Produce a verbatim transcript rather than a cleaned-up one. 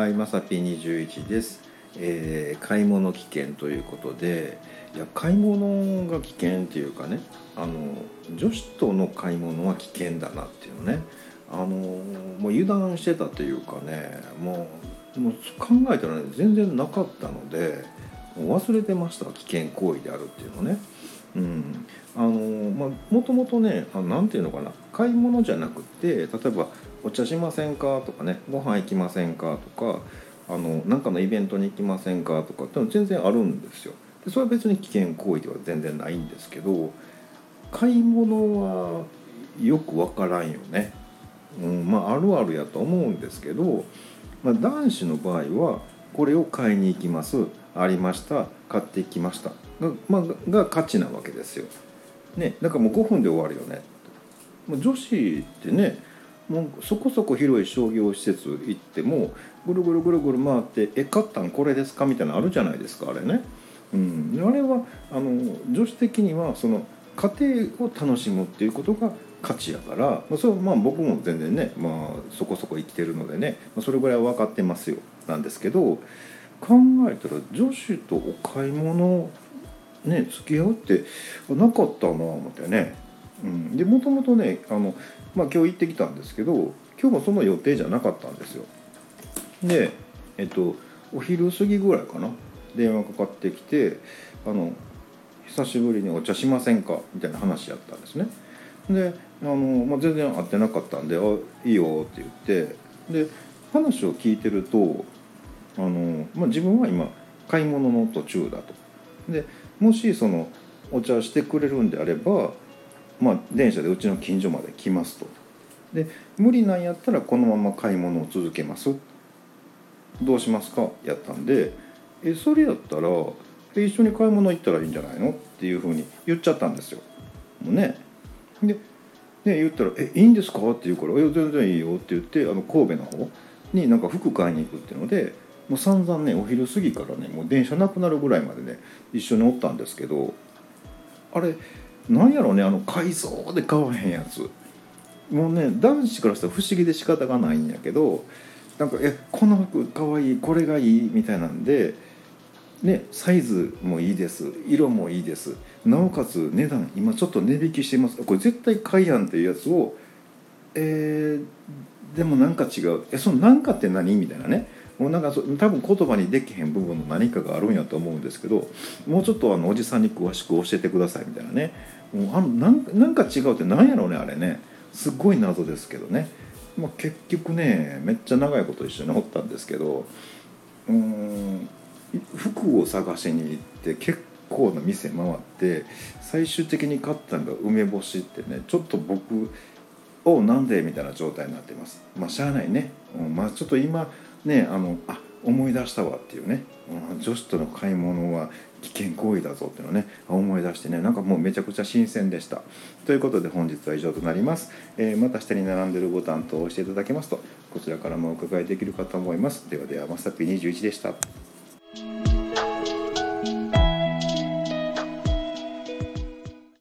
はい、まさぴにじゅういちです、えー買い物危険ということで、いや買い物が危険っていうかね、あの女子との買い物は危険だなっていうのね、あのもう油断してたというかね、もう、もう考えたらね全然なかったので、もう忘れてました。危険行為であるっていうのね。うん、あのまあもともとね、あのなんていうのかな、買い物じゃなくて、例えばお茶しませんかとかね、ご飯行きませんかとか、あのなんかのイベントに行きませんかとかってのは全然あるんですよ。でそれは別に危険行為では全然ないんですけど、買い物はよくわからんよね。うん、まああるあるやと思うんですけど、まあ、男子の場合はこれを買いに行きます、ありました、買ってきましたが、まあ、が価値なわけですよ、ね、だからもうごふんで終わるよね。もう女子ってね、もうそこそこ広い商業施設行ってもぐるぐるぐるぐる回って「え買ったんこれですか?」みたいなのあるじゃないですか、あれね。うん、あれはあの女子的にはその家庭を楽しむっていうことが価値やから、まあ、それはまあ僕も全然ね、まあ、そこそこ生きてるのでね、まあ、それぐらいは分かってますよ。なんですけど、考えたら女子とお買い物ね付き合うってなかったなぁ思ってね。うん、でもともとね、あの、まあ、今日行ってきたんですけど、今日もその予定じゃなかったんですよ。で、えっと、お昼過ぎぐらいかな、電話かかってきて、あの久しぶりにお茶しませんかみたいな話やったんですね。で、あの、まあ、全然会ってなかったんで「あいいよ」って言って、で話を聞いてると、あの、まあ、自分は今買い物の途中だと。でもしそのお茶してくれるんであれば、まあ、電車でうちの近所まで来ますと。で無理なんやったらこのまま買い物を続けます、どうしますかやったんで、えそれやったらえ一緒に買い物行ったらいいんじゃないのっていうふうに言っちゃったんですよ。もうね。でで言ったら「えいいんですか?」って言うから「いや全然いいよ」って言って、あの神戸の方になんか服買いに行くっていうので、もう散々ねお昼過ぎからねもう電車なくなるぐらいまでね一緒におったんですけど、あれなんやろうね、あの改造で買わへんやつ、もうね男子からしたら不思議で仕方がないんやけど、なんか「えこの服かわいい、これがいい」みたいなんでね、サイズもいいです、色もいいです、なおかつ値段今ちょっと値引きしてます、これ絶対買いやんっていうやつを、えー、でもなんか違う、えそのなんかって何みたいなね、もうなんかそ多分言葉にできへん部分の何かがあるんやと思うんですけど、もうちょっとあのおじさんに詳しく教えてくださいみたいなね。もうあのなんなんか違うって何やろうねあれね、すごい謎ですけどね。まあ、結局ねめっちゃ長いこと一緒におったんですけど、うーん服を探しに行って結構な店回って最終的に買ったのが梅干しってね、ちょっと僕をなんでみたいな状態になっています。まあしゃあないね、うん、まあちょっと今ね、あのあ思い出したわっていうね、うん、女子との買い物は危険行為だぞっていうのをね思い出してね、なんかもうめちゃくちゃ新鮮でした。ということで本日は以上となります。えー、また下に並んでいるボタンと押していただけますとこちらからもお伺いできるかと思います。ではではまさぴにじゅういちでした。